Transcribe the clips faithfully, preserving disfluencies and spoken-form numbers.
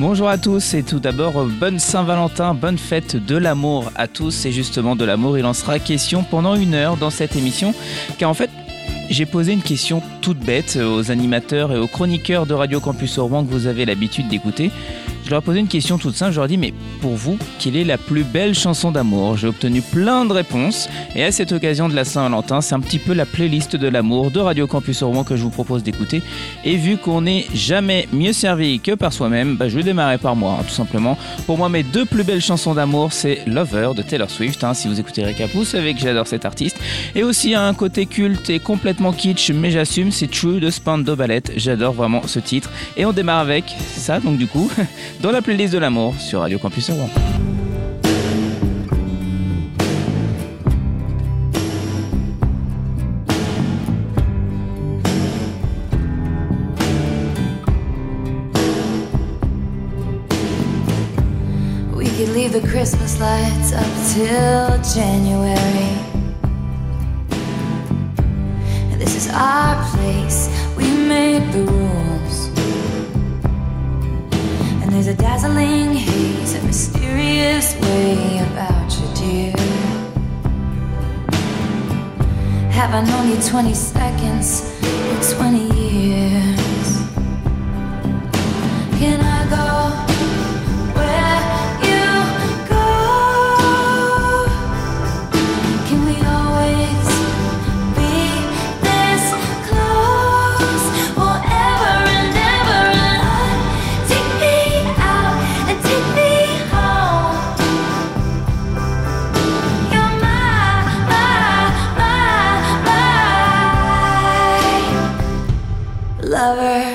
Bonjour à tous et tout d'abord bonne Saint-Valentin, bonne fête de l'amour à tous. Et justement de l'amour il en sera question pendant une heure dans cette émission, car en fait j'ai posé une question toute bête aux animateurs et aux chroniqueurs de Radio Campus Rouen que vous avez l'habitude d'écouter. Je leur ai posé une question toute simple, je leur ai dit mais pour vous, quelle est la plus belle chanson d'amour ? J'ai obtenu plein de réponses et à cette occasion de la Saint-Valentin, c'est un petit peu la playlist de l'amour de Radio Campus Rouen que je vous propose d'écouter. Et vu qu'on n'est jamais mieux servi que par soi-même, bah je vais démarrer par moi, hein, tout simplement. Pour moi, mes deux plus belles chansons d'amour, c'est Lover de Taylor Swift, hein, si vous écoutez Recap, vous savez que j'adore cet artiste. Et aussi un côté culte et complètement kitsch, mais j'assume, c'est True de Spandau Ballet. J'adore vraiment ce titre. Et on démarre avec ça, donc du coup... dans la playlist de l'amour sur Radio Campus Rouen. We could leave the Christmas lights up till January. This is our place, we made the rules. There's a dazzling haze, a mysterious way about you, dear. Have I known you twenty seconds or twenty years? Can I go where you go? Can we always be this close forever and ever? And take me and take me home. You're my, my, my, my lover.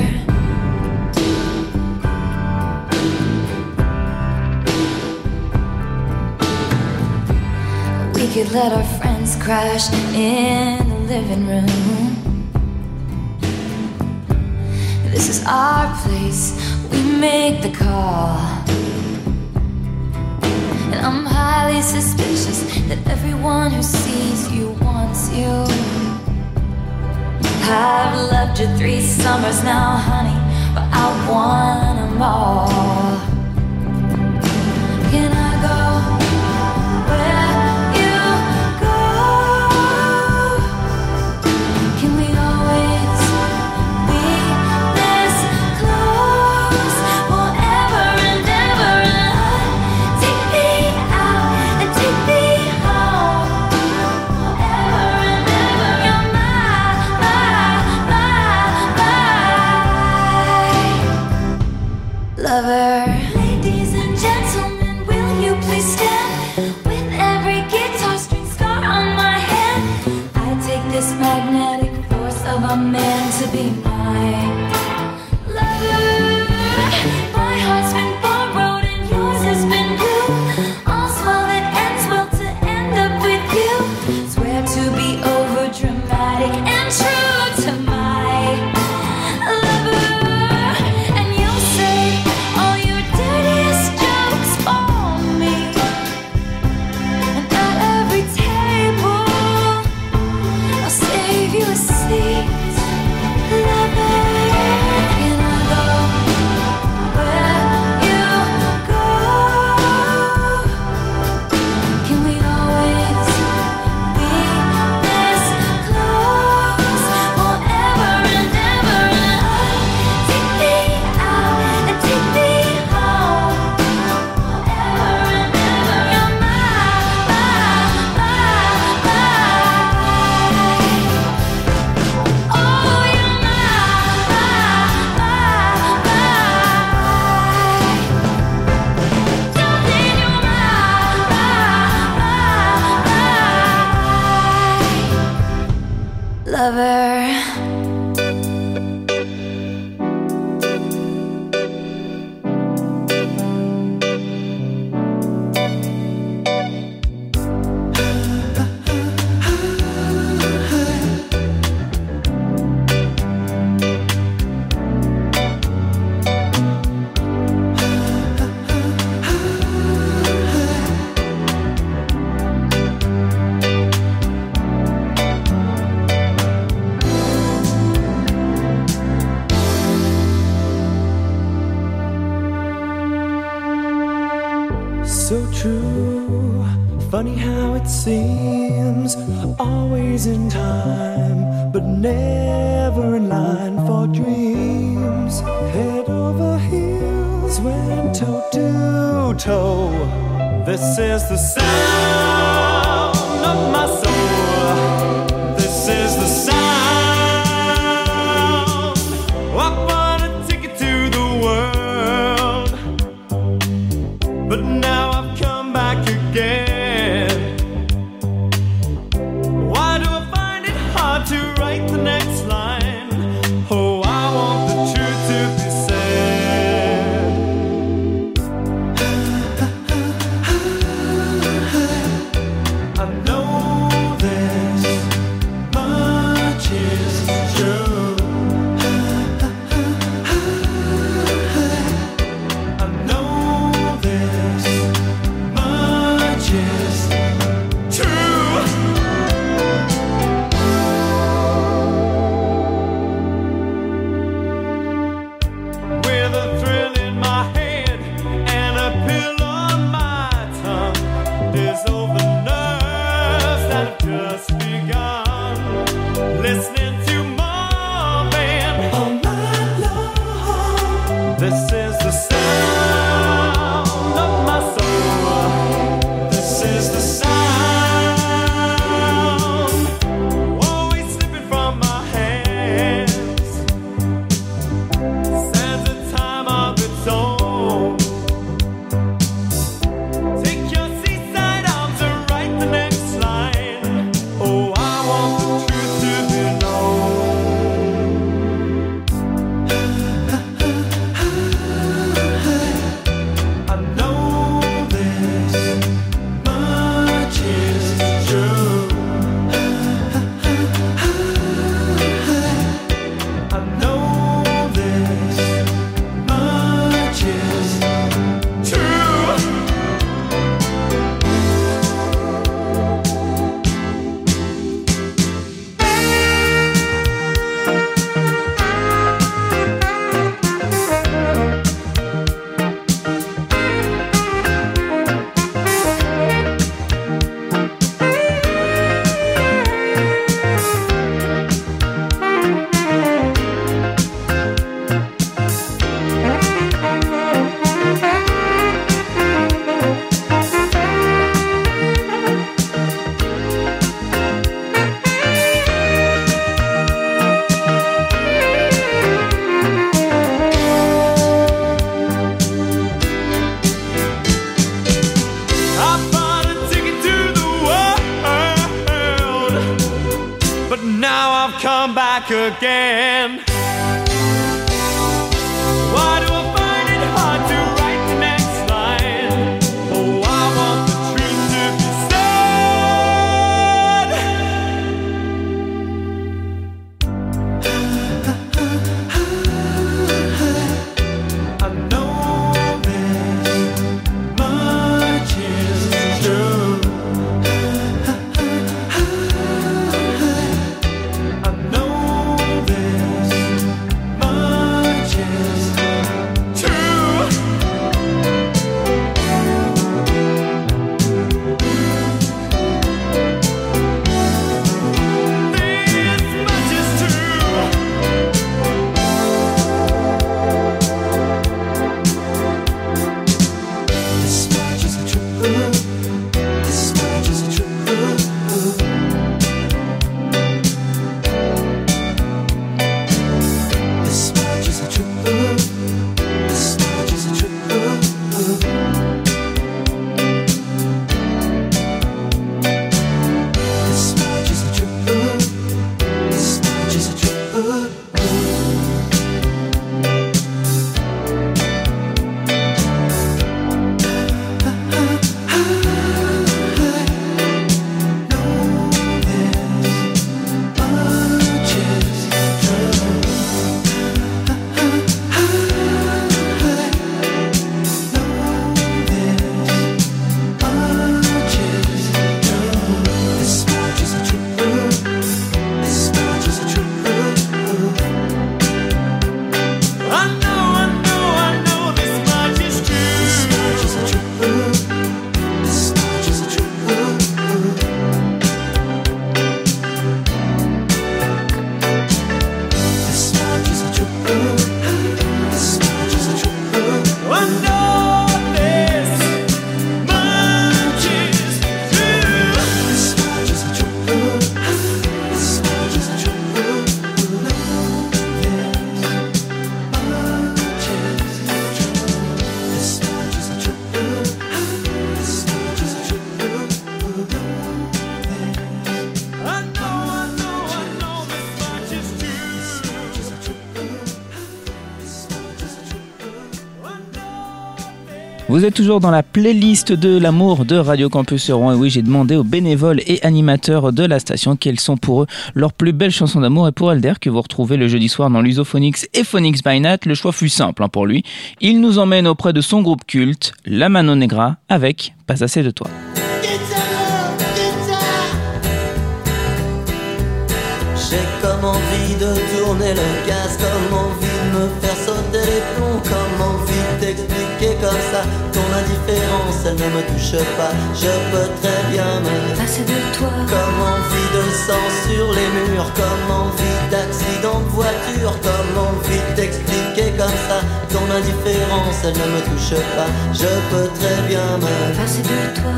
We could let our friends crash in the living room. This is our place, we make the call. And I'm highly suspicious that everyone who sees you wants you. I've loved you three summers now, honey, but I want them all. Can I go where you go? Can we always be this close forever and ever? And take me out and take me home forever and ever. You're my, my, my, my lover. Ladies and gentlemen, will you please stand? With every guitar string scar on my hand, I take this magnetic force of a man to be my lover. My heart's been borrowed and yours has been blue. All's well that ends well to end up with you. Swear to be over dramatic and true to my lover. And you'll say all your dirtiest jokes for me. And at every table I'll save you a seat, lover. Can I go where you go? Can we always be this close forever and ever? And take me out and take me home forever and ever. You're my, my, my, my. Oh, you're my, my, my, my. Darling, you're my, my, my, my. Lover. Funny how it seems, always in time, but never in line for dreams. Head over heels, went toe to toe. This is the sound of my soul. This is the sound. I bought a ticket to the world, but now I've come back again. To write the next line. Oh, I want the truth to be said. I know this much is true. I know this much is true. Just begun listening to Marvin all night long. This is the sound of my soul. This is the sound, always slipping from my hands. Stands a time of its own. Take your seaside arms and write the next line. Oh, I want the truth to be known. I know this much is true. I know this much is true. Now I've come back again. Why do I find it hard to write the next line? Oh, I want the truth to be said. I know this much is true. I know this much is Vous êtes toujours dans la playlist de l'amour de Radio Campus Rouen. Et oui, j'ai demandé aux bénévoles et animateurs de la station quelles sont pour eux leurs plus belles chansons d'amour. Et pour Alder, que vous retrouvez le jeudi soir dans l'Usophonix et Phonix by Nat, le choix fut simple hein, pour lui. Il nous emmène auprès de son groupe culte, La Mano Negra, avec Pas assez de toi. J'ai comme envie de tourner le gaz, comme envie de me faire sauter les plombs, comme envie d'expliquer comme ça ton indifférence, elle ne me touche pas. Je peux très bien me passer de toi. Comme envie de sang sur les murs, comme envie d'accident de voiture, comme envie d'expliquer comme ça ton indifférence, elle ne me touche pas. Je peux très bien me passer de toi.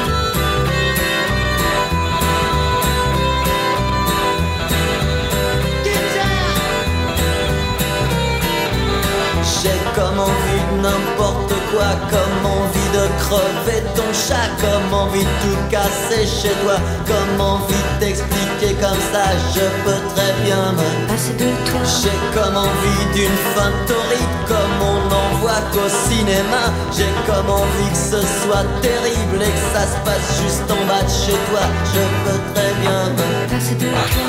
J'ai comme envie de n'importe quoi, comme envie de crever ton chat, comme envie de tout casser chez toi, comme envie de t'expliquer comme ça, je peux très bien me passer de toi. J'ai comme envie d'une fin torride, comme on n'en voit qu'au cinéma. J'ai comme envie que ce soit terrible et que ça se passe juste en bas de chez toi. Je peux très bien me passer de toi.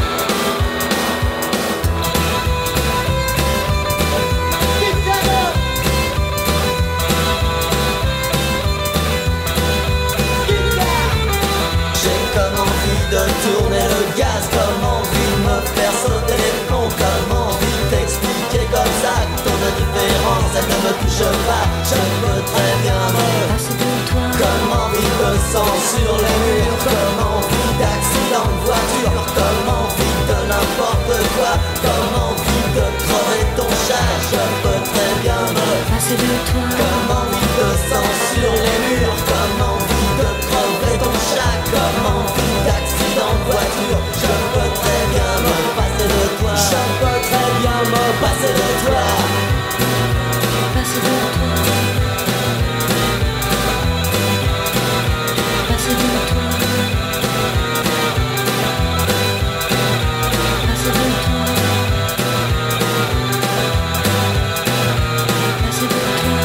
De tourner le gaz, comme envie de me faire sauter les plombs, comme envie de t'expliquer comme ça que ton indifférence elle ne me touche pas. Je peux très bien me passer de toi. Comme envie de sang sur les murs, comme envie d'accident de voiture, comme envie de n'importe quoi, comme envie de crever ton chat. Je peux très bien me passer de toi. Comme envie de sang sur les murs, comme envie de crever ton chat, comme envie d'accident de voiture. Je peux très bien me passer de toi. Je peux très bien me passer de toi. Passer de toi. Passer de toi. Passer de toi. Passer de toi.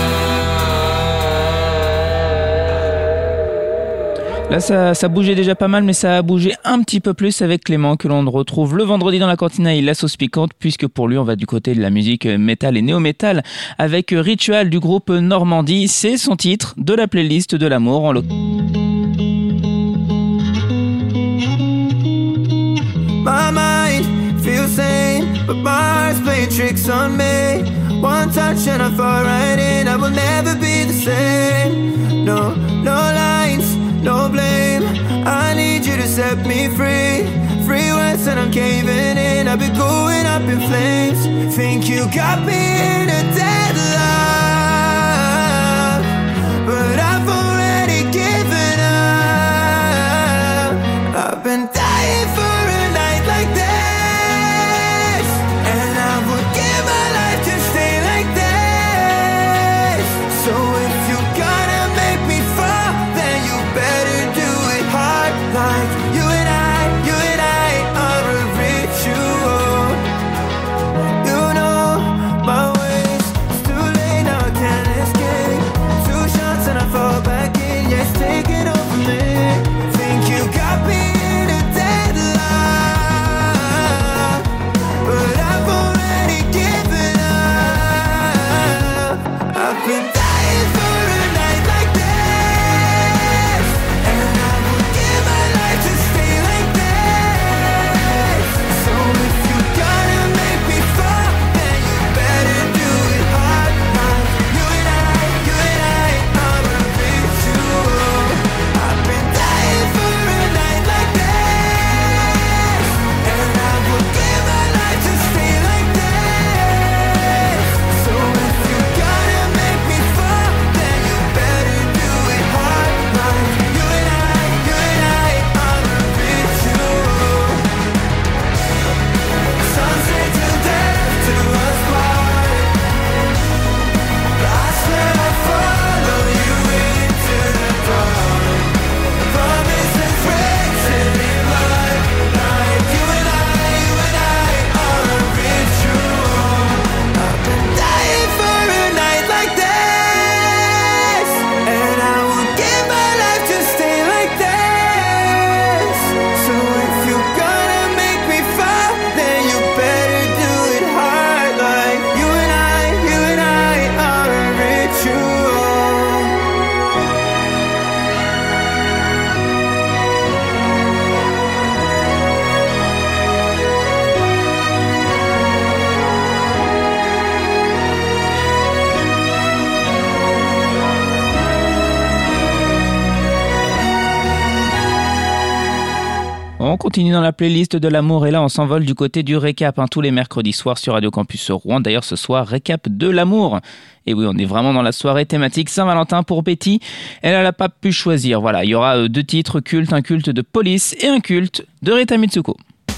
Là, ça, ça bougeait déjà pas mal, mais ça a bougé un petit peu plus avec Clément, que l'on retrouve le vendredi dans la cantine à La Sauce Piquante, puisque pour lui, on va du côté de la musique métal et néo-métal avec Ritual du groupe Normandie. C'est son titre de la playlist de l'amour. En lo- My mind feels sane, but my heart's playing tricks on me. One touch and I fall right in. I will never be the same. No, no lines, no blame. I need you to set me free. Free words and I'm caving in. I've been going up in flames. Think you got me in a deadlock, but I've already given up. I've been dying for a night like this, and I would give my life to stay like this. So if you gotta make me fall, then you better do it hard. Like you and I, you and I are a ritual. You know my ways, it's too late now, I continue dans la playlist de l'amour et là on s'envole du côté du récap, hein, tous les mercredis soirs sur Radio Campus Rouen. D'ailleurs ce soir, récap de l'amour. Et oui, on est vraiment dans la soirée thématique Saint-Valentin pour Betty. Elle n'a pas pu choisir. Voilà, il y aura deux titres cultes, un culte de Police et un culte de Rita Mitsuko.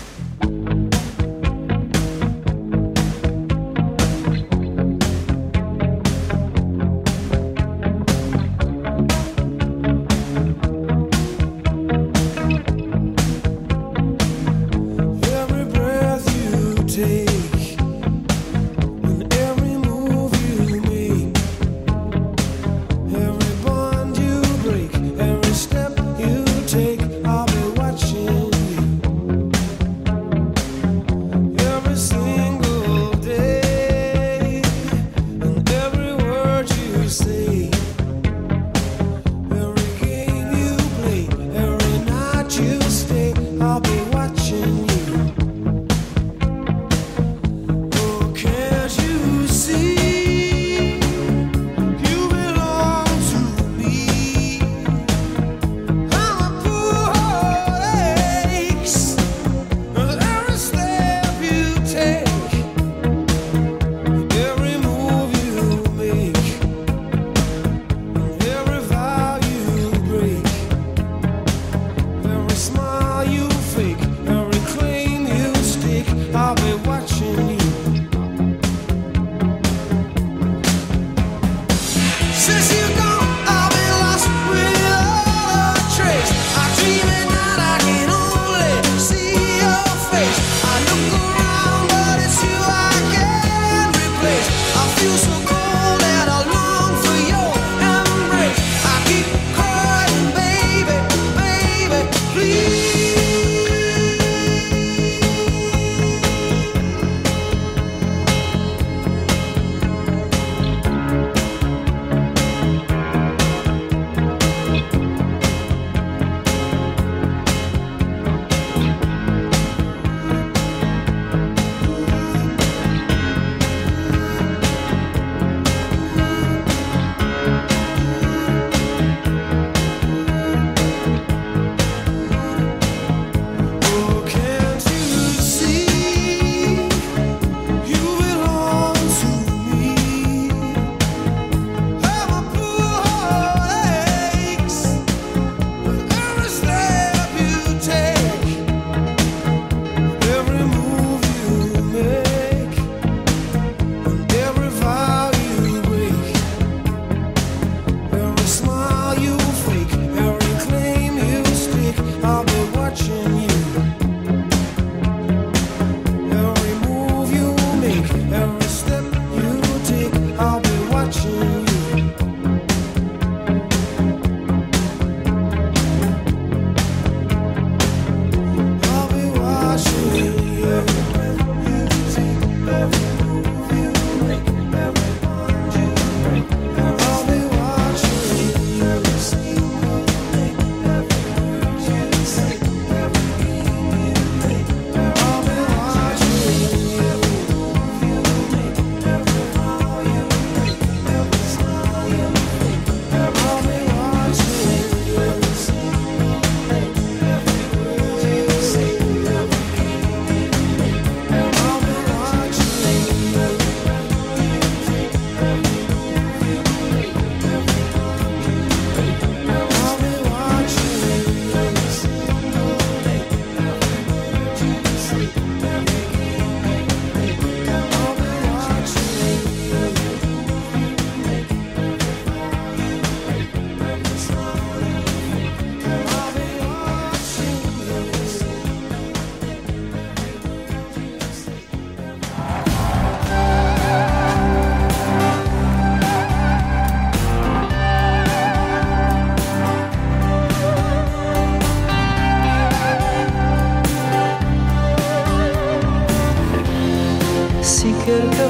quelques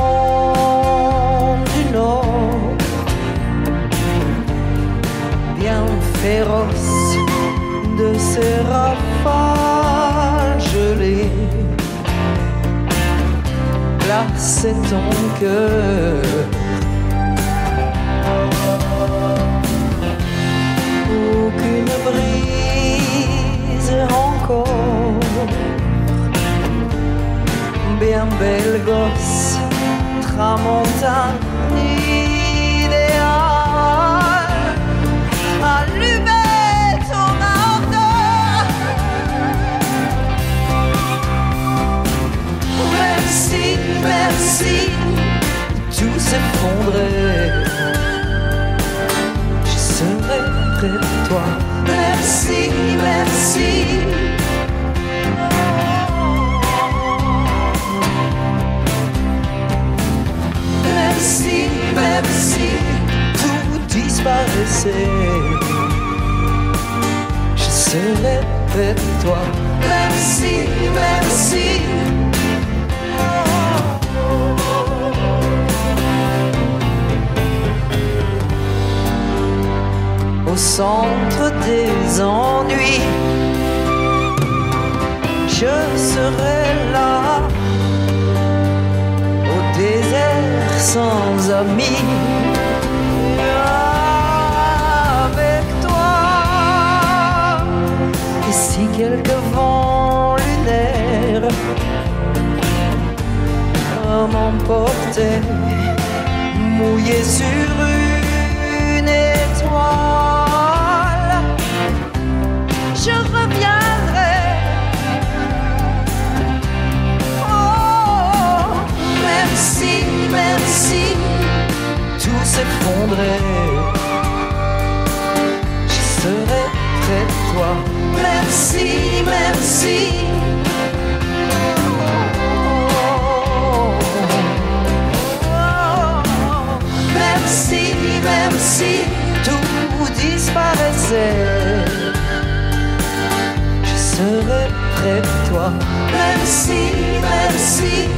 vents du nord, bien féroces de ces rafales gelées, glacent ton cœur. Aucune brise encore bien bel gosse, tramontane idéale. Allumez ton ardeur. Merci, merci, tout s'effondrait. Je serai près de toi. Merci, merci. Merci, merci, tout disparaissait. Je serai près de toi. Merci, merci. Au centre des ennuis, je serai là. Au désert sans amis, avec toi. Et si quelques vents lunaires m'emportaient, mouillé sur une étoile, je reviendrai. Oh, merci, merci, tout s'effondrait. Je serai près de toi. Merci, merci. Merci, merci, tout disparaissait. Je serai près de toi. Merci, merci.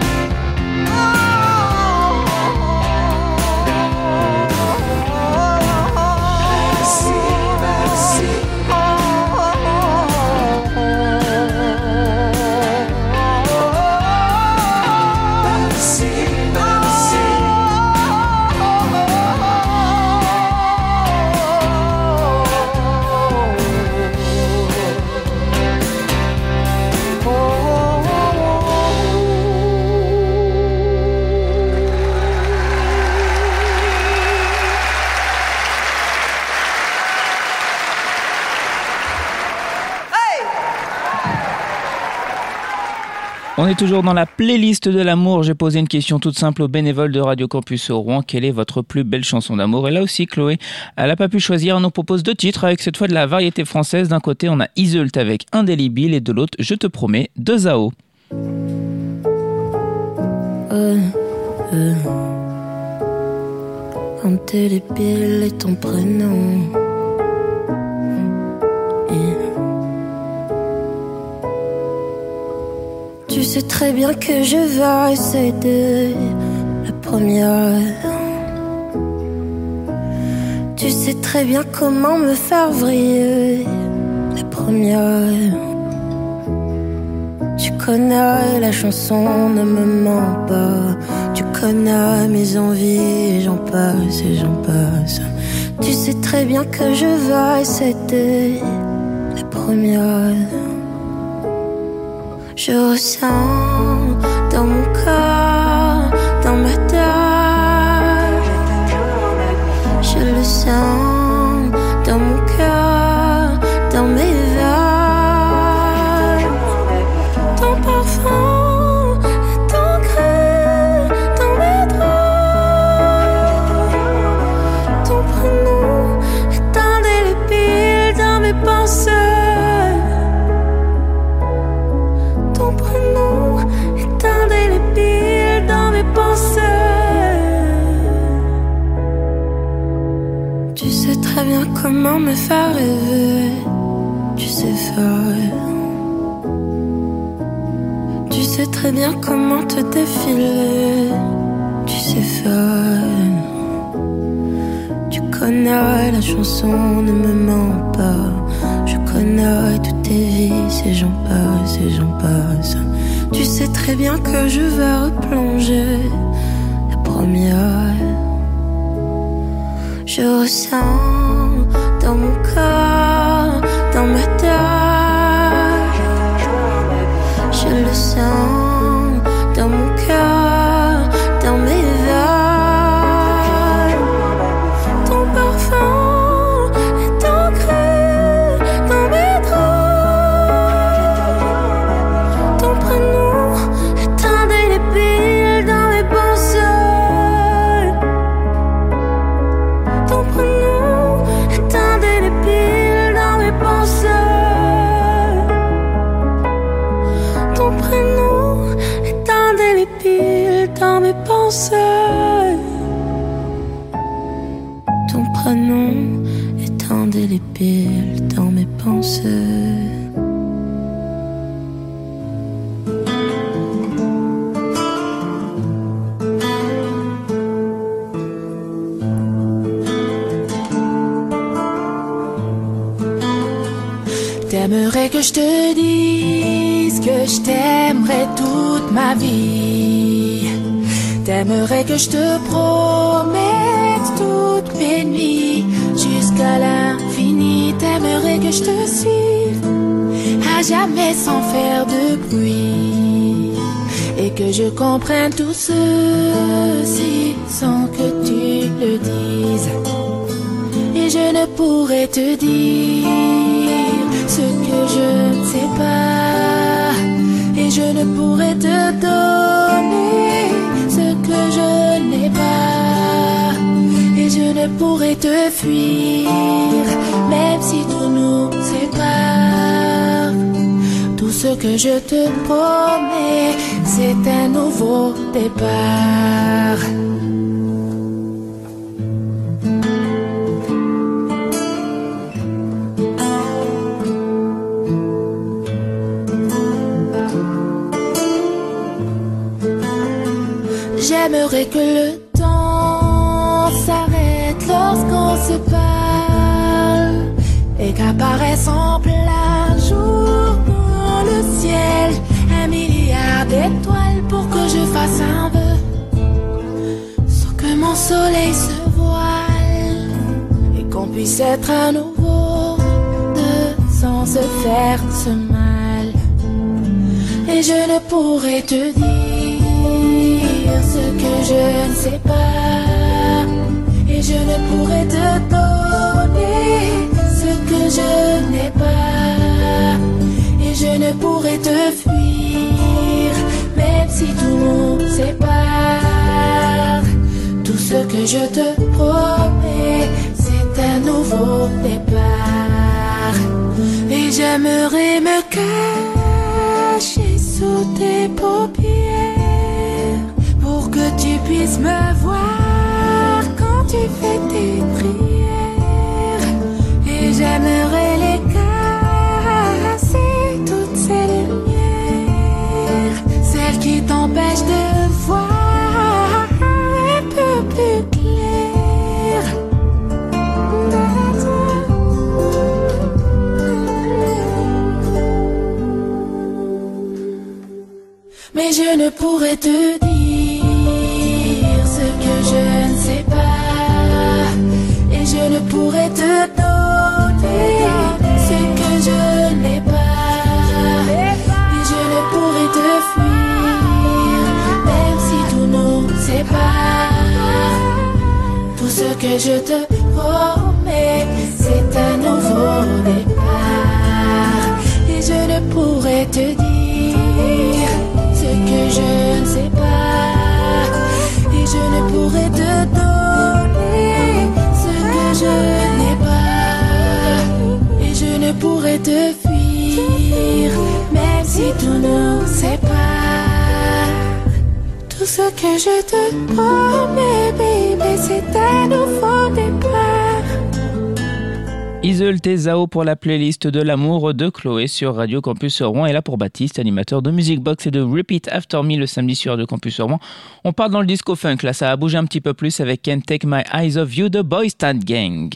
On est toujours dans la playlist de l'amour. J'ai posé une question toute simple aux bénévoles de Radio Campus Rouen. Quelle est votre plus belle chanson d'amour? Et là aussi, Chloé, elle n'a pas pu choisir. On nous propose deux titres avec cette fois de la variété française. D'un côté, on a Iseult avec Indélébile et de l'autre, Je te promets, de Zao. Euh, euh, Indélébile est ton prénom. Tu sais très bien que je vais céder la première. Tu sais très bien comment me faire vriller la première. Tu connais la chanson, ne me mens pas. Tu connais mes envies, et j'en passe et j'en passe. Tu sais très bien que je vais céder la première. Je ressens dans mon corps, dans ma tête. Je le sens dans mon cœur, dans mes veines. Ton parfum est ancré dans mes draps. Ton prénom est indélébile dans mes pensées. Ton prénom est indélébile dans mes pensées. Tu sais très bien comment me faire rêver. Tu sais faire. Tu sais très bien comment te défiler. Tu sais faire. Tu connais la chanson, ne me mens pas. Je connais toutes tes vies, et j'en passe, et j'en passe. Tu sais très bien que je vais replonger la première. Je ressens dans mon corps, dans ma tête. Je le sens pense. Ton prénom est indélébile dans mes pensées. T'aimerais que je te dise que je t'aimerais toute ma vie. T'aimerais que je te promette toutes mes nuits jusqu'à l'infini. T'aimerais que je te suive à jamais sans faire de bruit, et que je comprenne tout ceci sans que tu le dises. Et je ne pourrais te dire ce que je ne sais pas, et je ne pourrais te donner ce que je n'ai pas, et je ne pourrais te fuir même si tout nous sépare. Tout ce que je te promets, c'est un nouveau départ. J'aimerais que le temps s'arrête lorsqu'on se parle, et qu'apparaisse en plein jour dans le ciel un milliard d'étoiles pour que je fasse un vœu, sans que mon soleil se voile, et qu'on puisse être à nouveau deux sans se faire ce mal. Et je ne pourrais te dire ce que je ne sais pas, et je ne pourrais te donner ce que je n'ai pas, et je ne pourrais te fuir même si tout nous sépare. Tout ce que je te promets, c'est un nouveau départ. Et j'aimerais me cacher sous tes paupières pour que tu puisses me voir quand tu fais tes prières. Et j'aimerais les casser, toutes ces lumières, celles qui t'empêchent de voir un peu plus clair. Mais je ne pourrais te dire ce que je ne sais pas, et je ne pourrais te donner ce que je n'ai pas, et je ne pourrais te fuir même si tout nous sépare. Tout ce que je te promets, c'est un nouveau départ. Et je ne pourrais te dire ce que je ne sais pas, et je ne pourrais te donner ce que je n'ai pas, et je ne pourrais te fuir même si tout nous sépare. Tout ce que je te promets, baby, c'est un nouveau départ. Iseult et Zao pour la playlist de l'amour de Chloé sur Radio Campus Rouen. Et là pour Baptiste, animateur de Music Box et de Repeat After Me le samedi sur Radio Campus Rouen. On part dans le disco funk, là ça a bougé un petit peu plus avec Can't Take My Eyes Off You de Boys Town Gang.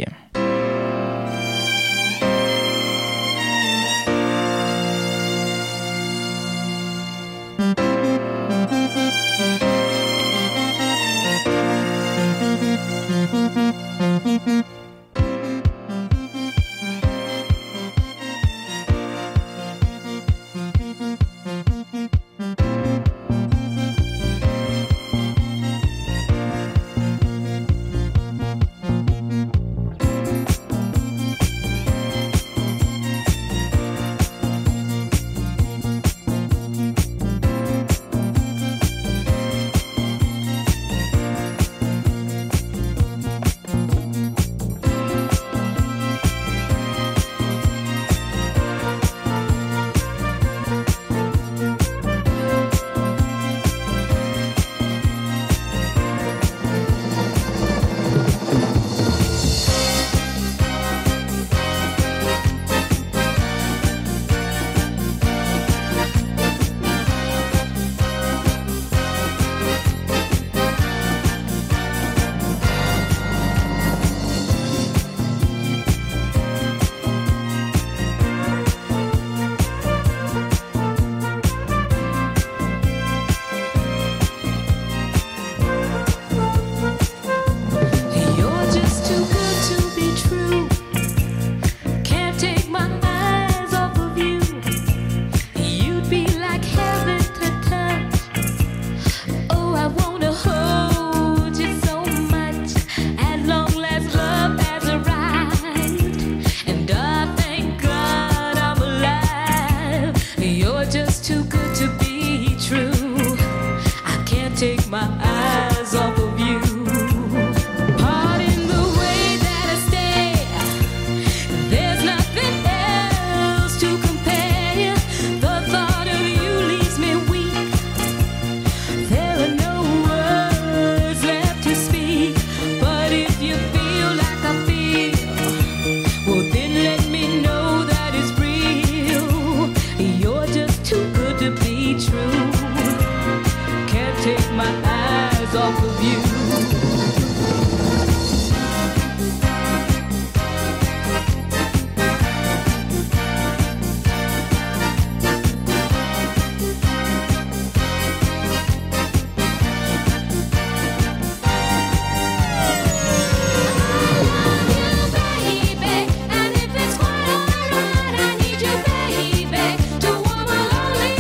take my eyes off of you. Pardon the way that I stare, there's nothing else to compare. The thought of you leaves me weak. There are no words left to speak. But if you feel like I feel, well then let me know that it's real. You're just too good to be true. Can't take my eyes off of you.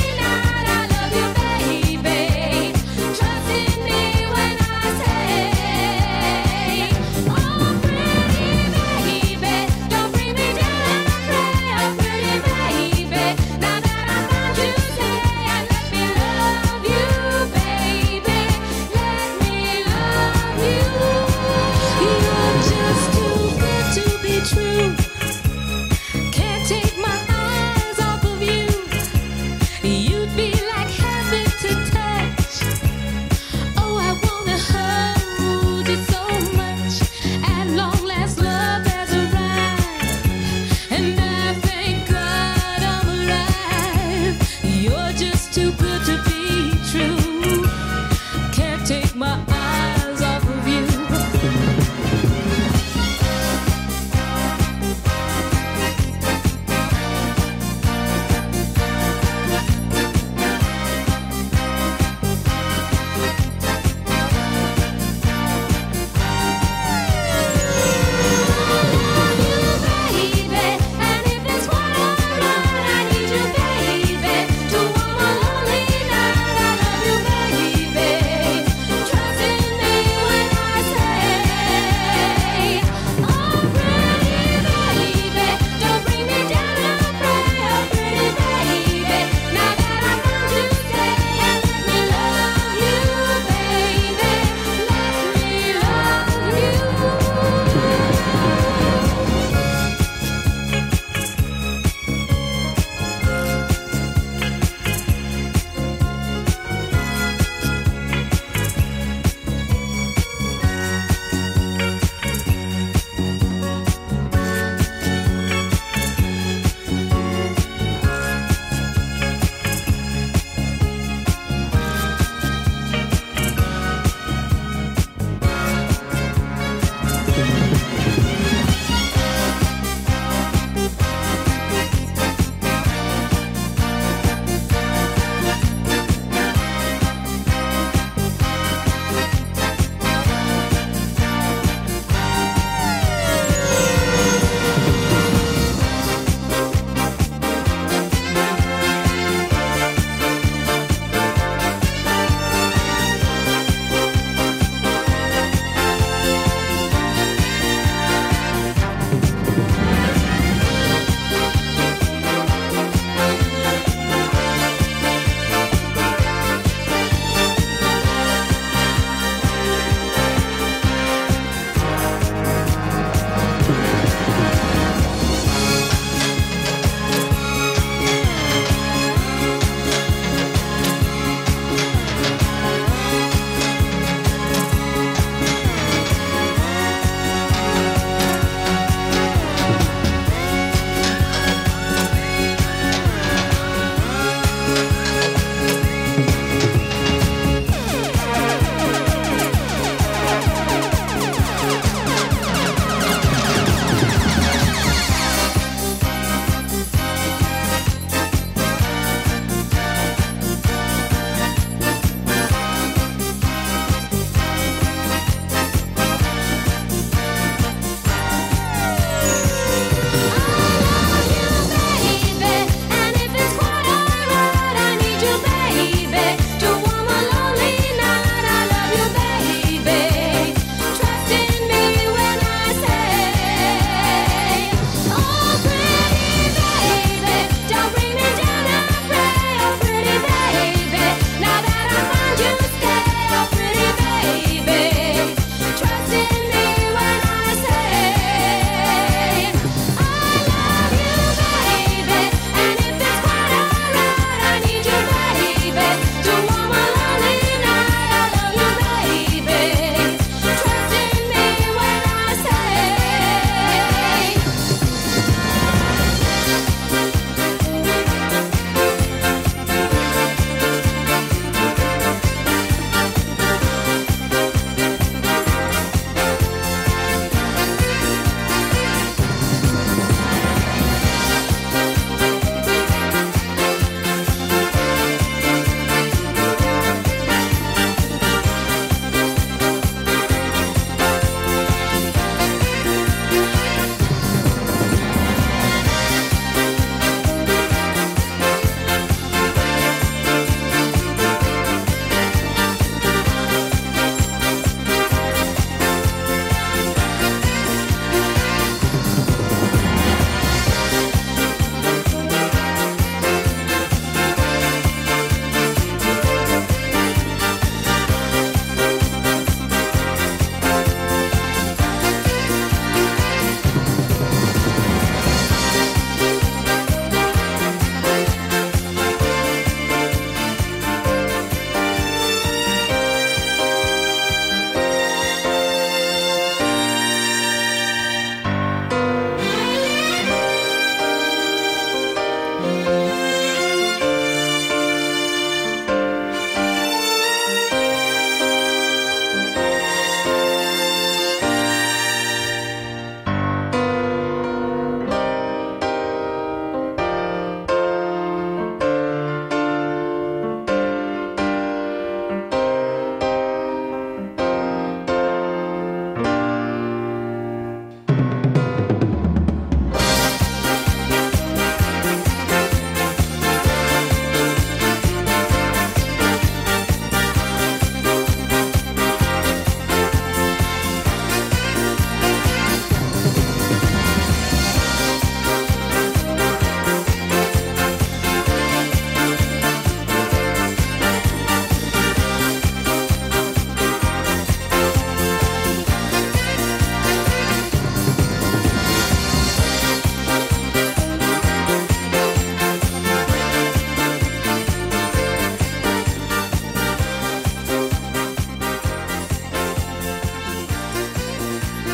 Trust in me when I say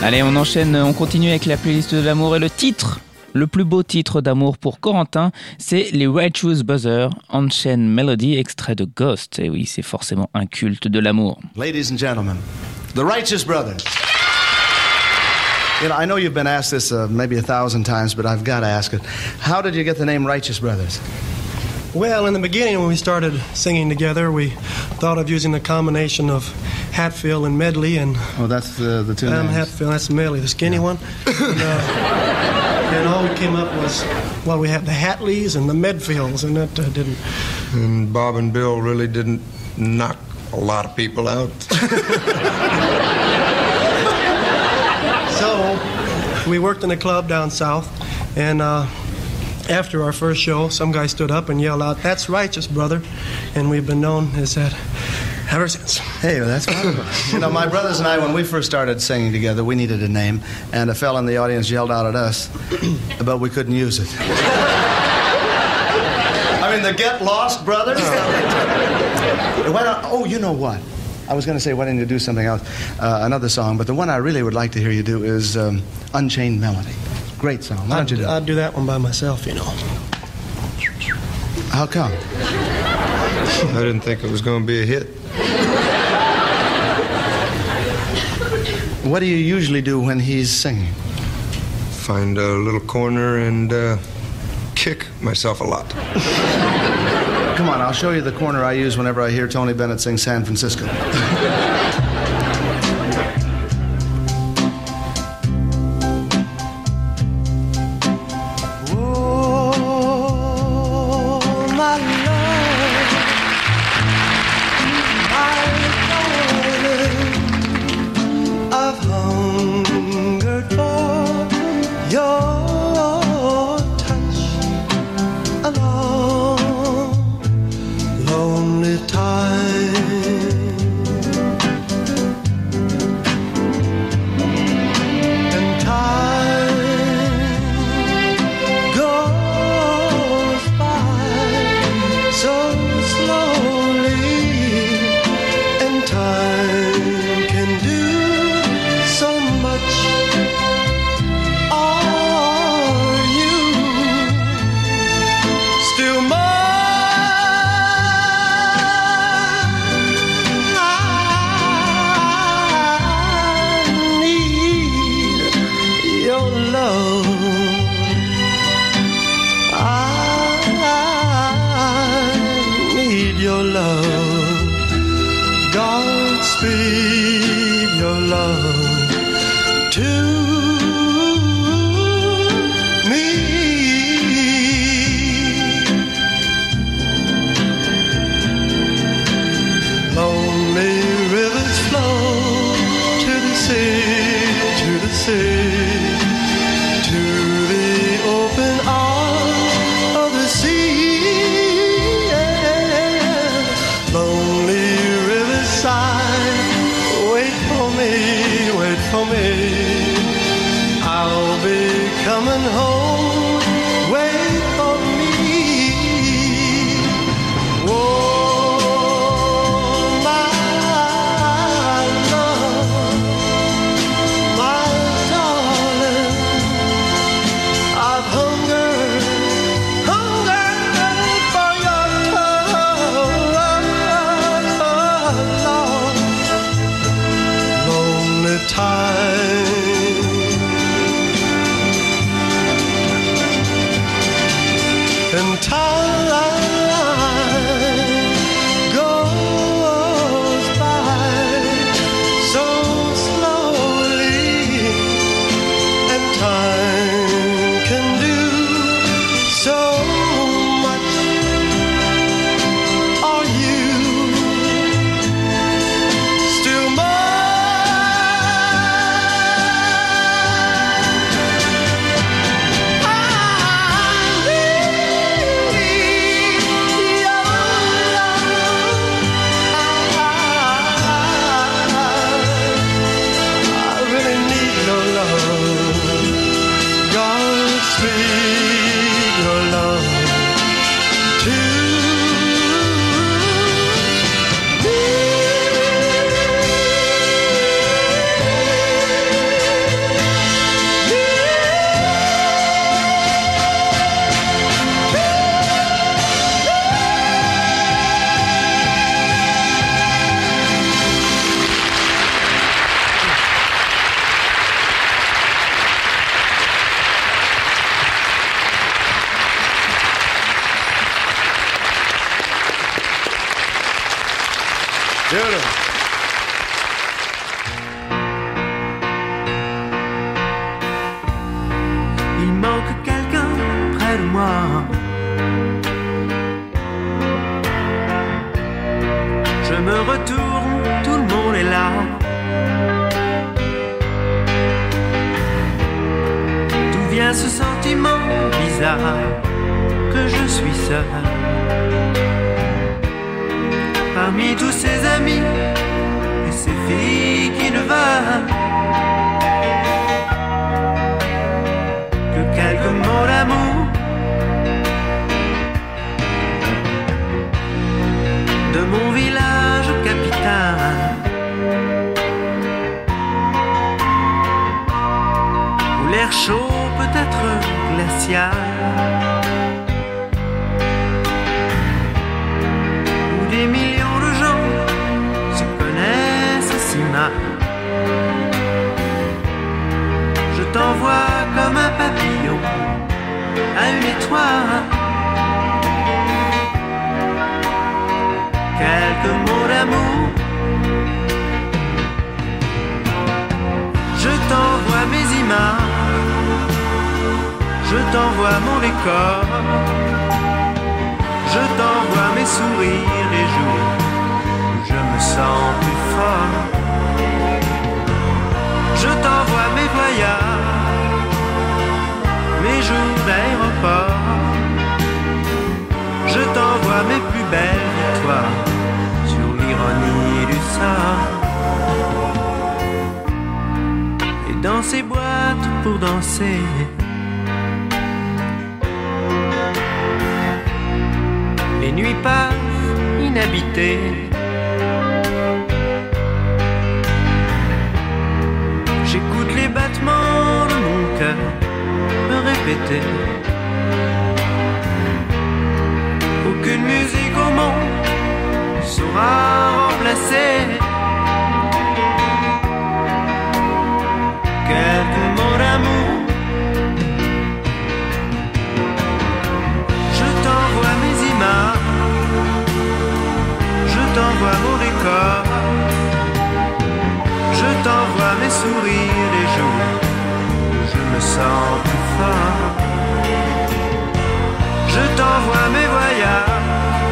Allez, on enchaîne, on continue avec la playlist de l'amour et le titre. Le plus beau titre d'amour pour Corentin, c'est les Righteous Brothers, Unchained Melody, extrait de Ghost. Et oui, c'est forcément un culte de l'amour. Ladies and gentlemen, the Righteous Brothers. You know, I know you've been asked this uh, maybe a thousand times, but I've got to ask it. How did you get the name Righteous Brothers? Well, in the beginning, when we started singing together, we thought of using a combination of Hatfield and Medley, and Oh, that's the, the two Adam names. Hatfield, that's Medley, the skinny one. And, uh, and all we came up was, well, we had the Hatleys and the Medfields, and that uh, didn't. And Bob and Bill really didn't knock a lot of people out. So we worked in a club down south, and uh, after our first show, some guy stood up and yelled out, "That's Righteous, brother," and we've been known as that ever since. Hey, well, that's wonderful. You know, my brothers and I, when we first started singing together, we needed a name, and a fella in the audience yelled out at us, but we couldn't use it. I mean, the Get Lost Brothers? Why not? Oh, you know what? I was going to say, why didn't you do something else, uh, another song, but the one I really would like to hear you do is um, Unchained Melody. Great song. Why don't I'd, you do it? I'd do that one by myself, you know. How come? I didn't think it was going to be a hit. What do you usually do when he's singing? Find a little corner and uh, kick myself a lot. Come on, I'll show you the corner I use whenever I hear Tony Bennett sing San Francisco. Lonely riverside, wait Beautiful. Il manque quelqu'un près de moi. Je me retourne, tout le monde est là. D'où vient ce sentiment bizarre que je suis seul parmi tous ces amis et ces filles qui ne veulent que quelques mots d'amour. De mon village capitale, où l'air chaud peut être glacial, où des millions de gens se connaissent si mal. Je t'envoie comme un papillon à une étoile. Quelques mots d'amour. Je t'envoie mes images, je t'envoie mon décor, je t'envoie mes sourires les jours où je me sens plus fort. Je t'envoie mes voyages, mes jours d'aéroport. Je t'envoie mes plus belles victoires sur l'ironie du sort. Et dans ces boîtes pour danser, les nuits passent inhabitées. J'écoute les battements de mon cœur me répéter. Aucune musique au monde saura remplacer quelques mots d'amour. Je t'envoie mes images, je t'envoie mon décor, je t'envoie mes sourires les jours où je me sens plus fort. Je t'envoie mes voyages,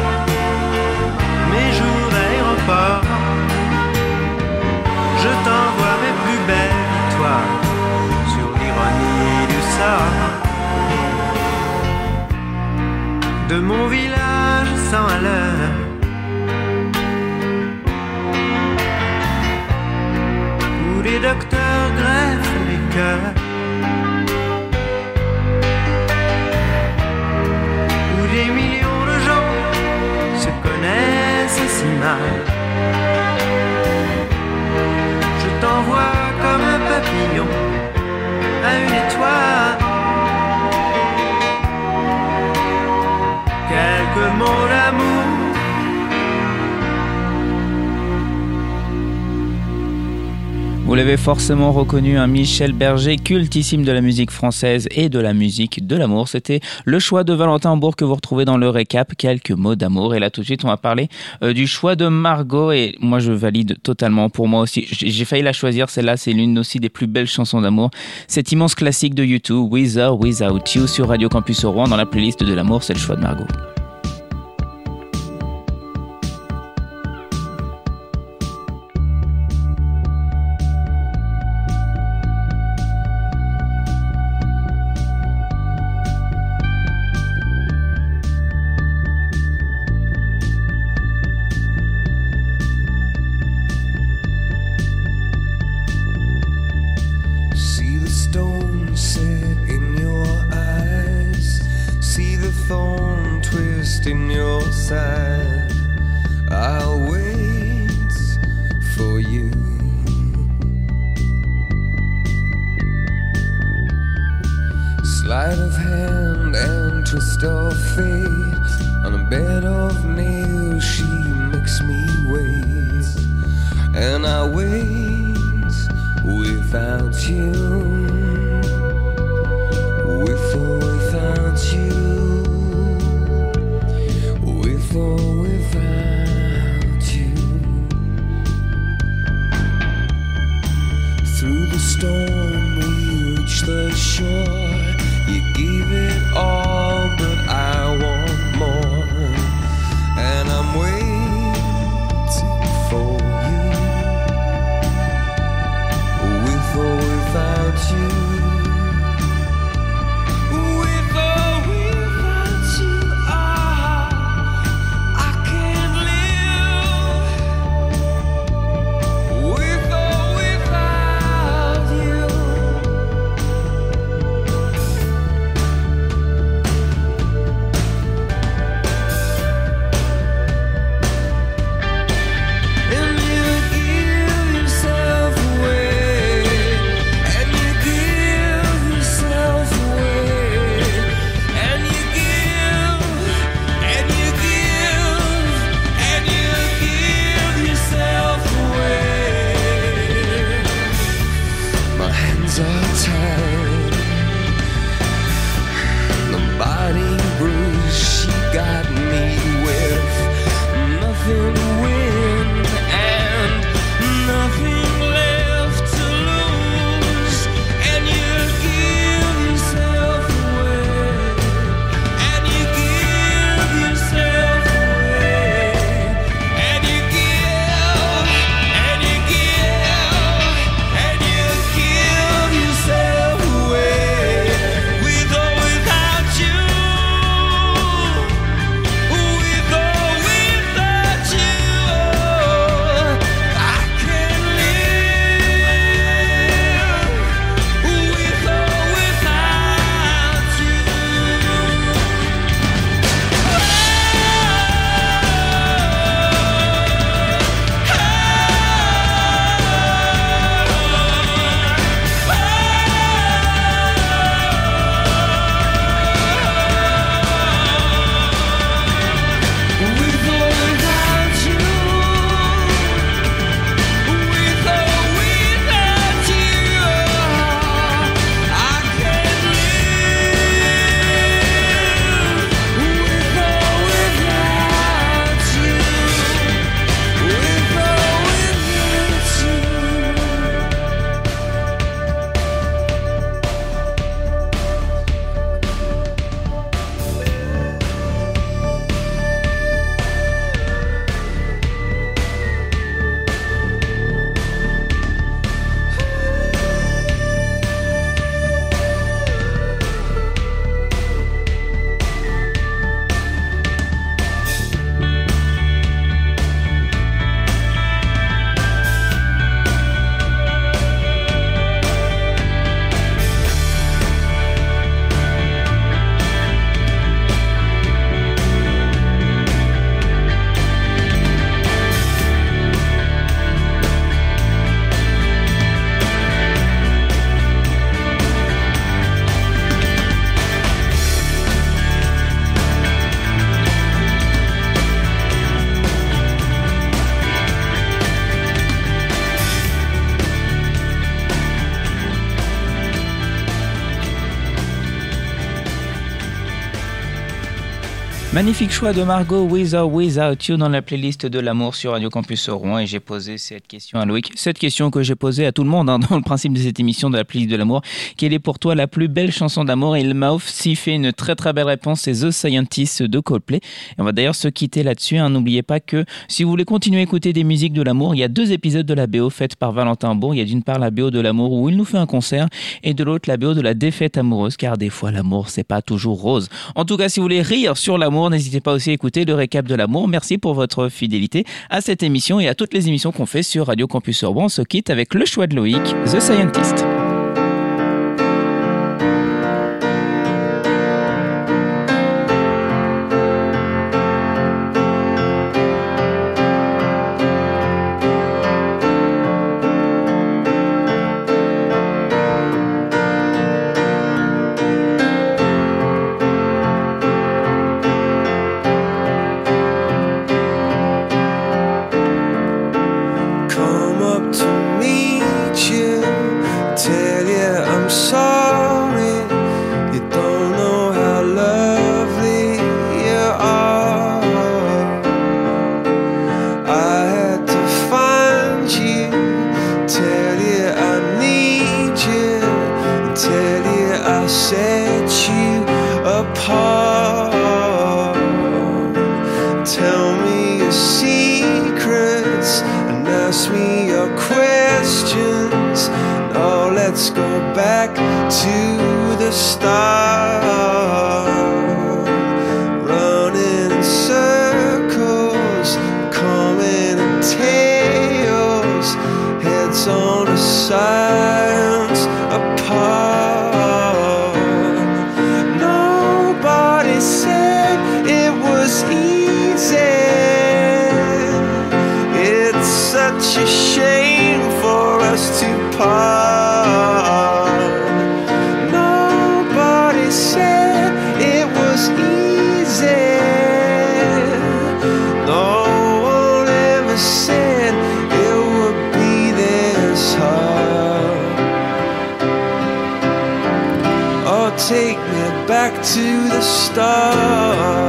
mes jours d'aéroport. Je t'envoie mes plus belles victoires sur l'ironie du sort. De mon village sans à l'heure, où les docteurs greffent les cœurs, des millions de gens se connaissent si mal. Je t'envoie comme un papillon à une étoile. Quelques mots d'amour. Vous l'avez forcément reconnu, un Michel Berger, cultissime de la musique française et de la musique de l'amour. C'était le choix de Valentin Hambourg que vous retrouvez dans le récap, quelques mots d'amour. Et là tout de suite on va parler euh, du choix de Margot, et moi je valide totalement. Pour moi aussi, j'ai failli la choisir, celle-là c'est l'une aussi des plus belles chansons d'amour. Cet immense classique de U deux, With or Without You, sur Radio Campus Rouen, dans la playlist de l'amour, c'est le choix de Margot. In your side, I'll wait for you. Sleight of hand and twist of fate, on a bed of nails she makes me wait, and I wait without you, with or without you. With or without you, storm, we reach the shore. You gave it all, but I want more. And I'm waiting for you, with or without you. Magnifique choix de Margot, With or Without You, dans la playlist de l'amour sur Radio Campus Rouen. Et j'ai posé cette question à Loïc, cette question que j'ai posée à tout le monde hein, dans le principe de cette émission de la playlist de l'amour. Quelle est pour toi la plus belle chanson d'amour? Et il m'a aussi fait une très très belle réponse, c'est The Scientist de Coldplay. Et on va d'ailleurs se quitter là-dessus. Hein. N'oubliez pas que si vous voulez continuer à écouter des musiques de l'amour, il y a deux épisodes de la B O faite par Valentin Bourg. Il y a d'une part la B O de l'amour où il nous fait un concert et de l'autre la B O de la défaite amoureuse, car des fois l'amour c'est pas toujours rose. En tout cas, si vous voulez rire sur l'amour, n'hésitez pas aussi à écouter le récap de l'amour. Merci pour votre fidélité à cette émission et à toutes les émissions qu'on fait sur Radio Campus Rouen. On se quitte avec le choix de Loïc, The Scientist. Come up to meet you. ask me your questions. No, let's go back to the start. Running in circles, coming in tails, heads on the sides apart. Nobody said it was easy. It's such a shame for us to part. Nobody said it was easy. No one ever said it would be this hard. Oh, take me back to the start.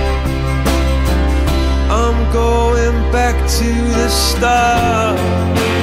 To the start.